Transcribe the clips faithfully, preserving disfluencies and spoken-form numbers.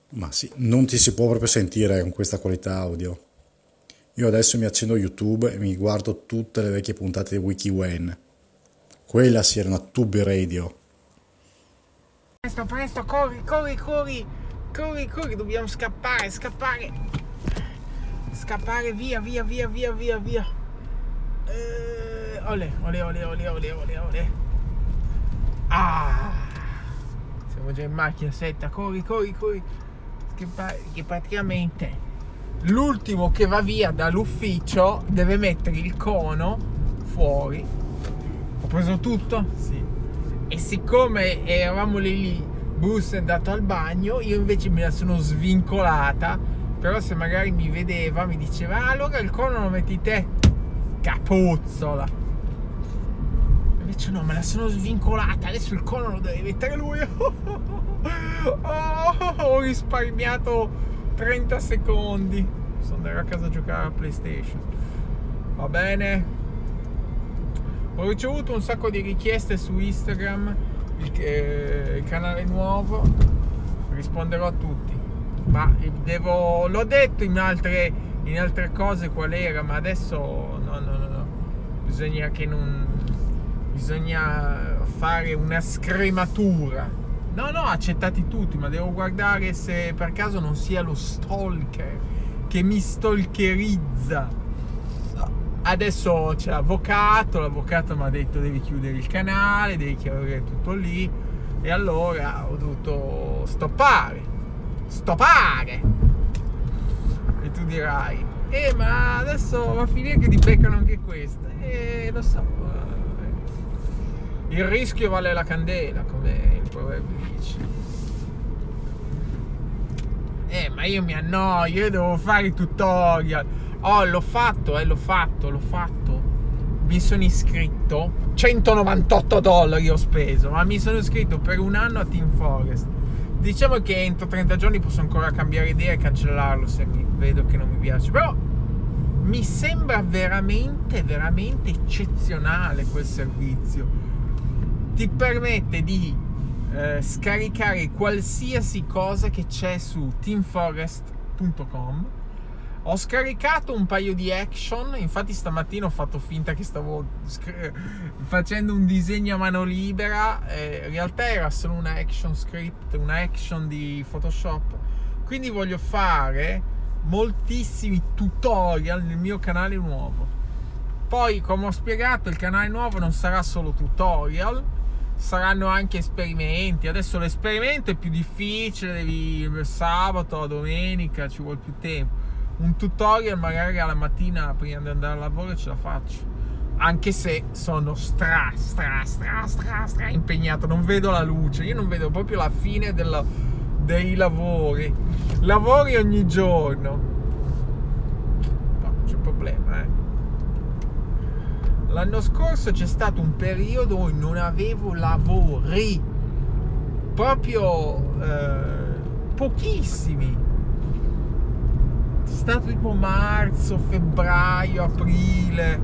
Ma sì, non ti si può proprio sentire con questa qualità audio. Io adesso mi accendo YouTube e mi guardo tutte le vecchie puntate di WikiWen. Quella sì era una tube radio. Presto, presto, corri, corri, corri, corri, corri, dobbiamo scappare, scappare, scappare, via, via, via, via, via, via. Eh, olè, olè, olè, olè, olè, olè, olè. Ah, siamo già in macchina, setta, corri, corri, corri. Che, che praticamente l'ultimo che va via dall'ufficio deve mettere il cono fuori. Ho preso tutto? Sì. E siccome eravamo lì lì, Bruce è andato al bagno, io invece me la sono svincolata. Però se magari mi vedeva mi diceva: ah, allora il cono lo metti te, capuzzola. Invece no, me la sono svincolata. Adesso il cono lo deve mettere lui. Oh, ho risparmiato trenta secondi. Sono andato a casa a giocare a PlayStation. Va bene. Ho ricevuto un sacco di richieste su Instagram, il, eh, il canale nuovo. Risponderò a tutti. Ma devo, l'ho detto in altre, in altre cose qual era, ma adesso no, no, no, no. Bisogna che non. Bisogna fare una scrematura. No, no, accettati tutti, ma devo guardare se per caso non sia lo stalker che mi stalkerizza. Adesso c'è l'avvocato, l'avvocato mi ha detto devi chiudere il canale, devi chiudere tutto lì. E allora ho dovuto stoppare. Stoppare! E tu dirai, eh ma adesso va a finire che ti beccano anche queste. E lo so. Il rischio vale la candela, come il proverbio dice. Eh, ma io mi annoio, io devo fare i tutorial. Oh, l'ho fatto, eh, l'ho fatto, l'ho fatto. Mi sono iscritto. centonovantotto dollari ho speso, ma mi sono iscritto per un anno a Team Forest. Diciamo che entro trenta giorni posso ancora cambiare idea e cancellarlo se mi vedo che non mi piace. Però mi sembra veramente, veramente eccezionale quel servizio. Ti permette di eh, scaricare qualsiasi cosa che c'è su team forest punto com. Ho scaricato un paio di action, infatti stamattina ho fatto finta che stavo facendo un disegno a mano libera, eh, in realtà era solo una action script, una action di Photoshop. Quindi voglio fare moltissimi tutorial nel mio canale nuovo. Poi, come ho spiegato, il canale nuovo non sarà solo tutorial, saranno anche esperimenti. Adesso l'esperimento è più difficile, devi sabato o domenica, ci vuole più tempo. Un tutorial magari alla mattina prima di andare al lavoro ce la faccio, anche se sono stra stra stra stra stra impegnato, non vedo la luce, io non vedo proprio la fine della, dei lavori lavori ogni giorno. No, c'è un problema, eh l'anno scorso c'è stato un periodo dove non avevo lavori, proprio eh, pochissimi. È stato tipo marzo, febbraio, aprile,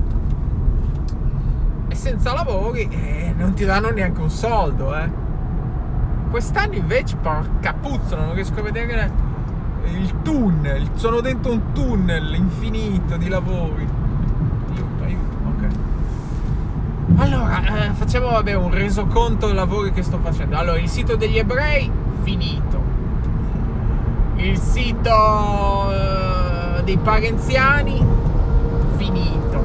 e senza lavori eh, non ti danno neanche un soldo, eh. Quest'anno invece, porca puzzola, non riesco a vedere il tunnel, sono dentro un tunnel infinito di lavori. Aiuto, aiuto, ok. Allora, eh, facciamo vabbè un resoconto dei lavori che sto facendo. Allora, il sito degli ebrei, finito. Il sito eh, dei parenziani, finito.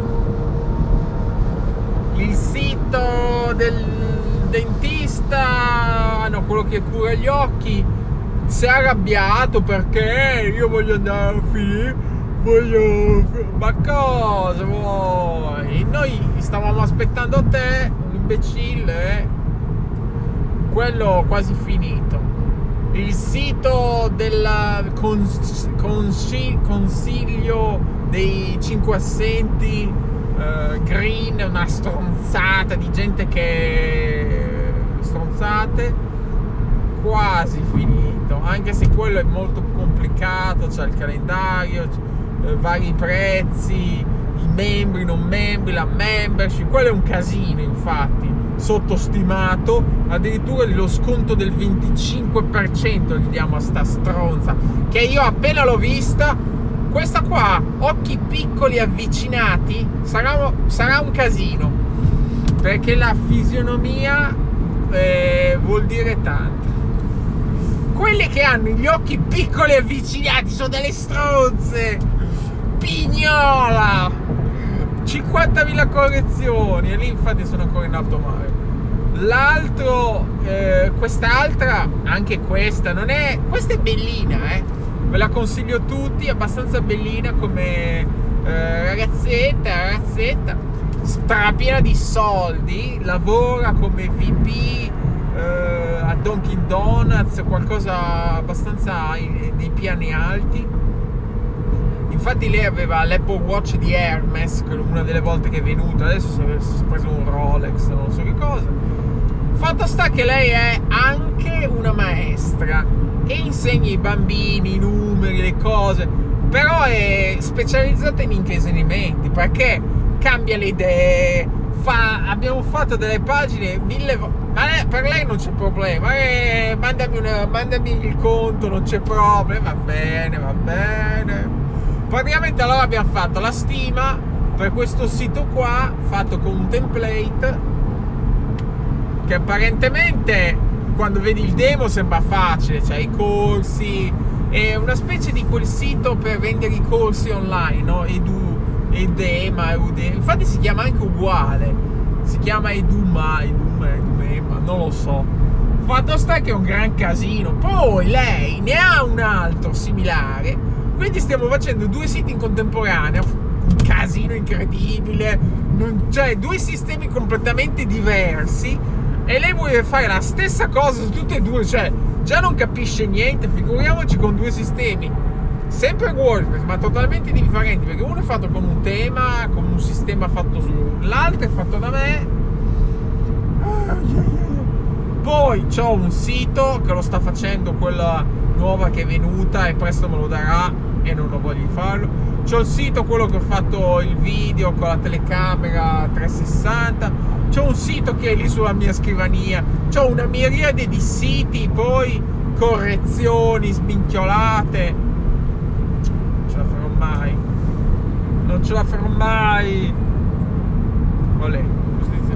Il sito del dentista, no, quello che cura gli occhi, si è arrabbiato perché io voglio andare a finire, voglio... ma cosa vuoi? Noi stavamo aspettando te, un imbecille, eh? Quello quasi finito. Il sito del cons- cons- consiglio dei cinque assenti, uh, Green, una stronzata di gente che stronzate, quasi finito, anche se quello è molto complicato, c'è il calendario, eh, vari prezzi, i membri, non membri, la membership, quello è un casino infatti. sottostimato, addirittura lo sconto del venticinque per cento gli diamo a sta stronza, che io appena l'ho vista, questa qua, occhi piccoli avvicinati, sarà, sarà un casino, perché la fisionomia eh, vuol dire tanto. Quelle che hanno gli occhi piccoli avvicinati sono delle stronze, pignola, cinquantamila correzioni, e lì infatti sono ancora in alto mare. L'altro, eh, quest'altra, anche questa non è, questa è bellina, eh, ve la consiglio a tutti, è abbastanza bellina come eh, ragazzetta, ragazzetta, strapiena di soldi, lavora come V P eh, a Dunkin' Donuts, qualcosa abbastanza in, nei piani alti. Infatti lei aveva l'Apple Watch di Hermes, una delle volte che è venuta, adesso si è preso un Rolex, non so che cosa. Fatto sta che lei è anche una maestra e insegna ai bambini i numeri, le cose, però è specializzata in intrattenimenti, perché cambia le idee, fa, abbiamo fatto delle pagine mille volte, ma lei, per lei non c'è problema, eh, mandami, una, mandami il conto, non c'è problema, va bene, va bene. Praticamente allora abbiamo fatto la stima per questo sito qua, fatto con un template che apparentemente quando vedi il demo sembra facile, cioè i corsi, è una specie di quel sito per vendere i corsi online, no? Edu, Edema, Edema, infatti si chiama anche uguale, si chiama Eduma, Eduma, Eduma, non lo so. Fatto sta che è un gran casino. Poi lei ne ha un altro similare, quindi stiamo facendo due siti in contemporanea, un casino incredibile, non, cioè due sistemi completamente diversi, e lei vuole fare la stessa cosa su tutte e due, cioè già non capisce niente, figuriamoci con due sistemi sempre WordPress ma totalmente differenti, perché uno è fatto con un tema, con un sistema fatto su, l'altro è fatto da me. Poi c'ho un sito che lo sta facendo quella nuova che è venuta e presto me lo darà e non lo voglio farlo. C'ho il sito, quello che ho fatto il video con la telecamera trecentosessanta, c'ho un sito che è lì sulla mia scrivania, c'ho una miriade di siti, poi correzioni sminchiolate. Non ce la farò mai, non ce la farò mai. Olè, giustizia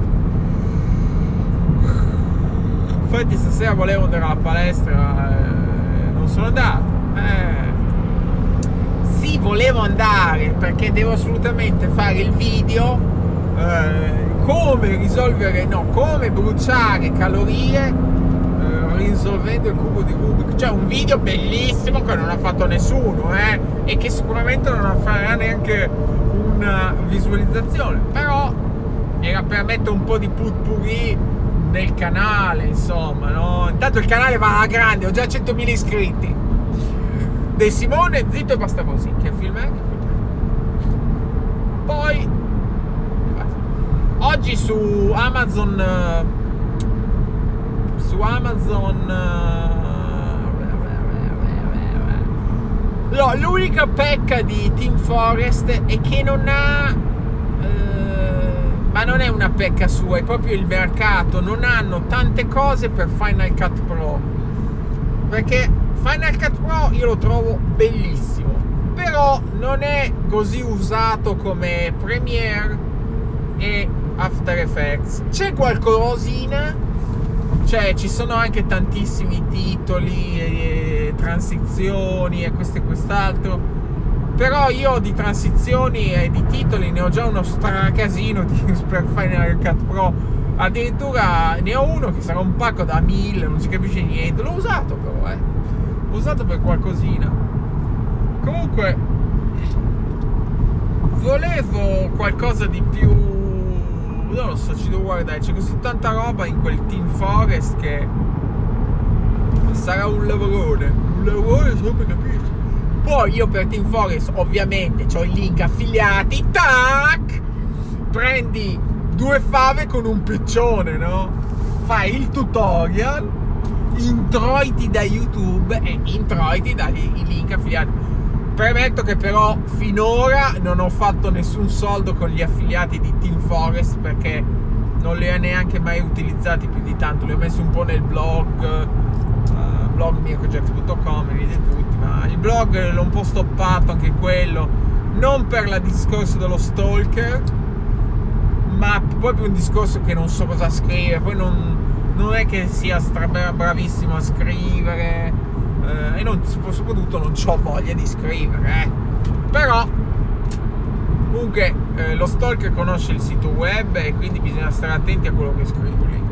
fatta. Infatti stasera volevo andare alla palestra, eh, non sono andato. Eh. Sì, volevo andare perché devo assolutamente fare il video eh, come risolvere, no, come bruciare calorie eh, risolvendo il cubo di Rubik. Cioè un video bellissimo che non ha fatto nessuno eh, e che sicuramente non farà neanche una visualizzazione, però era per mettere un po' di putpurri nel canale, insomma, no? Intanto il canale va alla grande, ho già centomila iscritti. De Simone, zitto e basta così. Che film è? Poi oggi su Amazon su Amazon no, l'unica pecca di Team Forest è che non ha eh, ma non è una pecca sua, è proprio il mercato, non hanno tante cose per Final Cut Pro, perché Final Cut Pro io lo trovo bellissimo, però non è così usato come Premiere e After Effects. C'è qualcosina, cioè ci sono anche tantissimi titoli e transizioni e questo e quest'altro, però io di transizioni e di titoli ne ho già uno stracasino di, per Final Cut Pro. Addirittura ne ho uno che sarà un pacco da mille, non si capisce niente, l'ho usato però eh L'ho usato per qualcosina. Comunque volevo qualcosa di più, non lo so, ci devo guardare, c'è così tanta roba in quel Team Forest che sarà un lavorone, un lavorone sempre, capito? Poi io per Team Forest ovviamente ho il link affiliati, tac, prendi due fave con un piccione, no? Fai il tutorial, introiti da YouTube e introiti dagli link affiliati. Premetto che però finora non ho fatto nessun soldo con gli affiliati di Team Forest perché non li ho neanche mai utilizzati più di tanto, li ho messi un po' nel blog, uh, blog mirko jax punto com, vedete tutti, ma il blog l'ho un po' stoppato anche quello, non per il discorso dello stalker, ma proprio un discorso che non so cosa scrivere, poi non, non è che sia stra bravissimo a scrivere, eh, e non, soprattutto non ho voglia di scrivere, eh. Però comunque eh, lo stalker conosce il sito web e quindi bisogna stare attenti a quello che scrivo lì.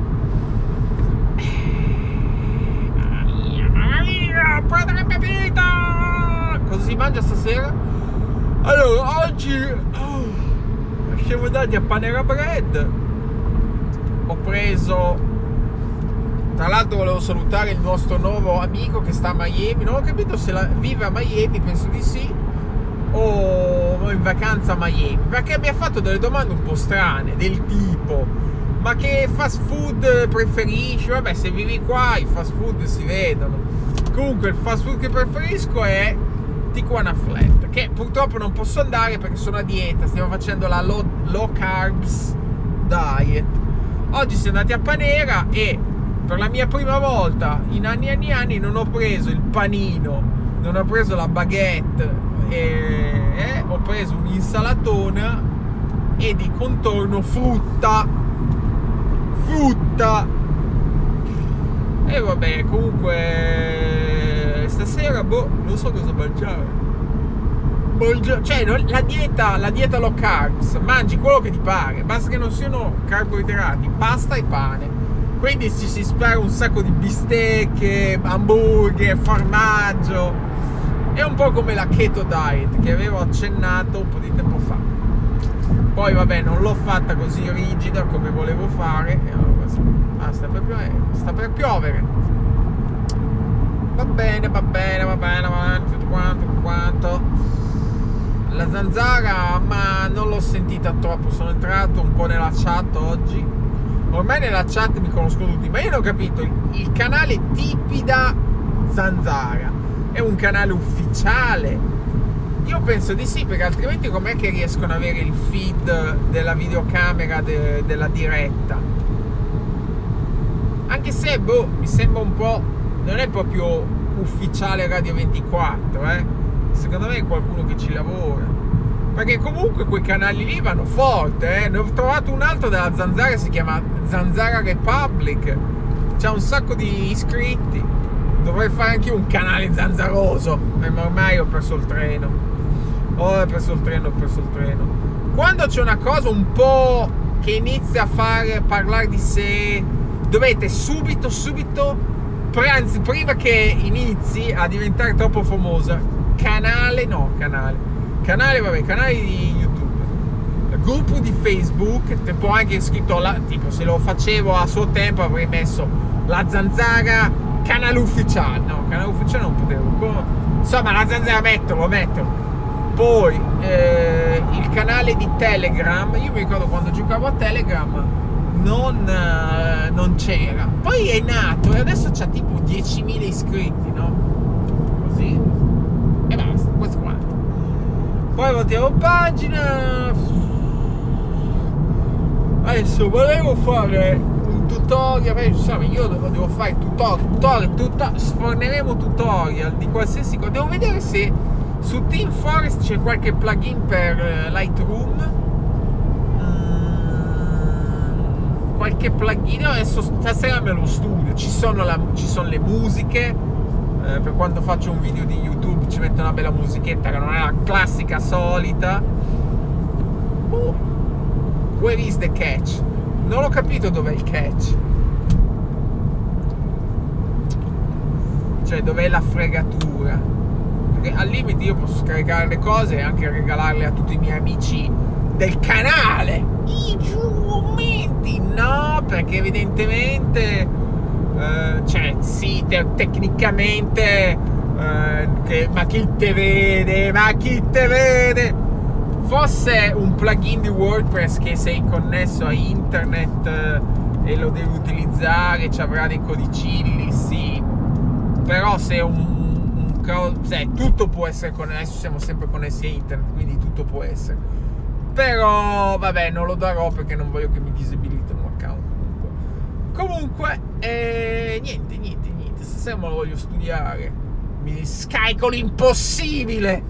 Padre Pepita! Cosa si mangia stasera? Allora, oggi oh, siamo andati a Panera Bread. Ho preso, tra l'altro volevo salutare il nostro nuovo amico che sta a Miami. Non ho capito se la, vive a Miami, penso di sì, o in vacanza a Miami, perché mi ha fatto delle domande un po' strane, del tipo: ma che fast food preferisci? Vabbè, se vivi qua i fast food si vedono. Comunque il fast food che preferisco è Tijuana Flat, che purtroppo non posso andare perché sono a dieta, stiamo facendo la low, low carbs diet. Oggi siamo andati a Panera e per la mia prima volta in anni e anni e anni non ho preso il panino, non ho preso la baguette, e, e ho preso un'insalatona e di contorno frutta frutta e vabbè, comunque stasera boh, non so cosa mangiare. Mangia, cioè la dieta, la dieta low carbs, mangi quello che ti pare, basta che non siano carboidrati, pasta e pane. Quindi ci si spara un sacco di bistecche, hamburger, formaggio. È un po' come la keto diet che avevo accennato un po' di tempo fa. Poi vabbè, non l'ho fatta così rigida come volevo fare. Ah, sta per piovere, sta per piovere. Va bene, va bene, va bene, va bene, tutto quanto, tutto quanto. La zanzara, ma non l'ho sentita troppo. Sono entrato un po' nella chat oggi. Ormai nella chat mi conoscono tutti, ma io non ho capito. Il, il canale Tipida Zanzara è un canale ufficiale? Io penso di sì, perché altrimenti com'è che riescono ad avere il feed della videocamera de, della diretta? Anche se, boh, mi sembra un po', non è proprio ufficiale Radio ventiquattro, eh? Secondo me è qualcuno che ci lavora, perché comunque quei canali lì vanno forte, eh? Ne ho trovato un altro della Zanzara, si chiama Zanzara Republic, c'ha un sacco di iscritti. Dovrei fare anche un canale zanzaroso, ma ormai ho perso il treno. Oh, ho perso il treno, ho perso il treno. Quando c'è una cosa un po' che inizia a fare, a parlare di sé, dovete subito, subito, anzi prima che inizi a diventare troppo famosa, canale, no, canale, canale, vabbè, canale di YouTube, gruppo di Facebook, tipo anche scritto, là, tipo se lo facevo a suo tempo avrei messo la Zanzara canale ufficiale, no, canale ufficiale non potevo, insomma la Zanzara metterlo, metterlo. Poi eh, il canale di Telegram, io mi ricordo quando giocavo a Telegram non, eh, non c'era, poi è nato e adesso c'ha tipo diecimila iscritti, no? Così e basta, questo qua. Poi voltiamo pagina. Adesso volevo fare un tutorial, beh, insomma, io devo, devo fare tutorial, tutorial, tutorial, sforneremo tutorial di qualsiasi cosa. Devo vedere se su TeamForest c'è qualche plugin per uh, Lightroom, mm, qualche plugin. Adesso stasera me lo studio, ci sono, la, ci sono le musiche, eh, per quando faccio un video di YouTube ci metto una bella musichetta che non è la classica solita. Oh, where is the catch? Non ho capito dov'è il catch, cioè dov'è la fregatura, perché al limite io posso scaricare le cose e anche regalarle a tutti i miei amici del canale. I giumenti no, perché evidentemente eh, cioè sì, te tecnicamente eh, che, ma chi te vede, ma chi te vede. Fosse un plugin di WordPress che sei connesso a internet eh, e lo devi utilizzare, ci avrà dei codicilli, sì, però se un, un se tutto può essere connesso, adesso siamo sempre connessi a internet, quindi tutto può essere, però vabbè, non lo darò perché non voglio che mi disabilitino l'account. Comunque, eh, niente, niente, niente. Stasera me lo voglio studiare. Mi scarico l'impossibile.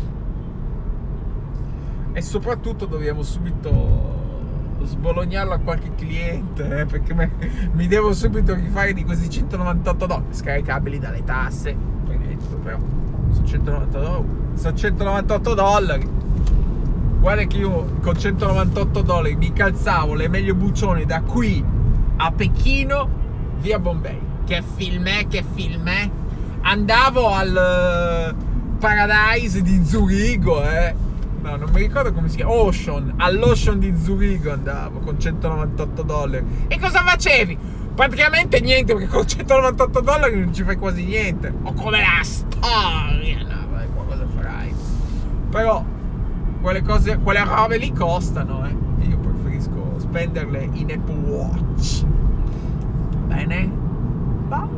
E soprattutto dobbiamo subito sbolognarlo a qualche cliente, eh, perché me, mi devo subito rifare di questi centonovantotto dollari scaricabili dalle tasse. Però sono centonovantotto dollari. Guarda che io con centonovantotto dollari mi calzavo le meglio buccioni da qui a Pechino via Bombay. Che film è, che film è? Andavo al Paradise di Zurigo, eh. No, non mi ricordo come si chiama. Ocean, all'Ocean di Zurigo andavo con centonovantotto dollari. E cosa facevi? Praticamente niente, perché con centonovantotto dollari non ci fai quasi niente. O come la storia. No, vai, cosa farai? Però quelle cose, quelle robe lì costano, eh. Io preferisco spenderle in Apple Watch. Bene? Bah.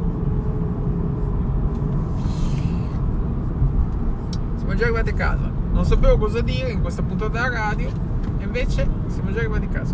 Siamo già arrivati a casa. Non sapevo cosa dire in questa puntata della radio, e invece siamo già arrivati a casa.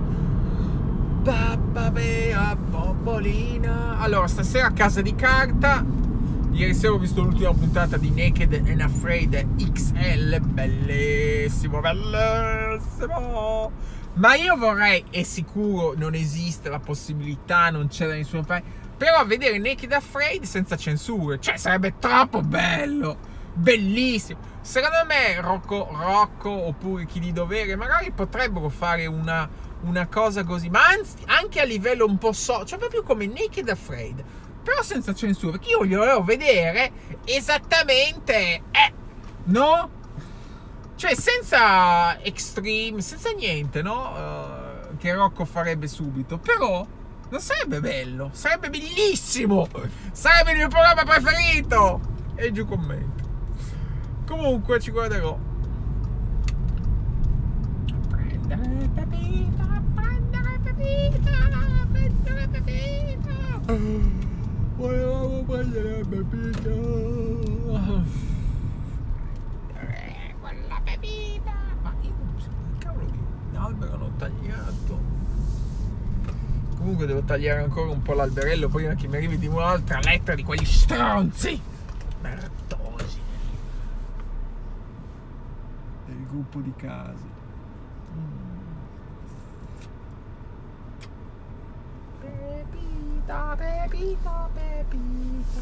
Papabea, bombolina. Allora, stasera a Casa di Carta. Ieri sera ho visto l'ultima puntata di Naked and Afraid X L. Bellissimo, bellissimo. Ma io vorrei, è sicuro non esiste la possibilità, non c'è da nessuna parte, però vedere Naked and Afraid senza censure. Cioè, sarebbe troppo bello. Bellissimo. Secondo me Rocco, Rocco oppure chi di dovere magari potrebbero fare una, una cosa così, ma anzi anche a livello un po' so, cioè proprio come Naked Afraid, però senza censura, perché io voglio volevo vedere esattamente, eh, no? Cioè senza extreme, senza niente, no? Uh, che Rocco farebbe subito, però non sarebbe bello, sarebbe bellissimo, sarebbe il mio programma preferito. E giù commento. Comunque ci guarderò. Prendere pepita, prendere pepita, prendere pepita. Volevo prendere pepita. Prendere quella pepita. Ma io non so che cavolo di albero hanno tagliato. Comunque devo tagliare ancora un po' l'alberello prima che mi arrivi di un'altra lettera di quegli stronzi merdosi del gruppo di case. mm. Pepita, pepita, pepita.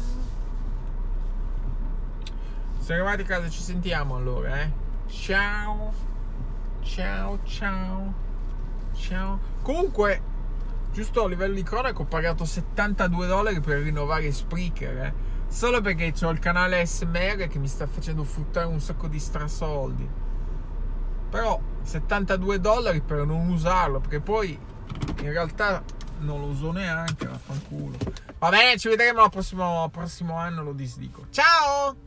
Siamo arrivati a casa, ci sentiamo allora, eh. Ciao ciao ciao ciao. Comunque, giusto a livello di cronaca, ho pagato settantadue dollari per rinnovare Spreaker, eh? Solo perché c'ho il canale A S M R che mi sta facendo fruttare un sacco di strasoldi. Però settantadue dollari per non usarlo, perché poi in realtà non lo uso neanche, vaffanculo. Va bene, ci vedremo al prossimo, prossimo anno, lo disdico. Ciao!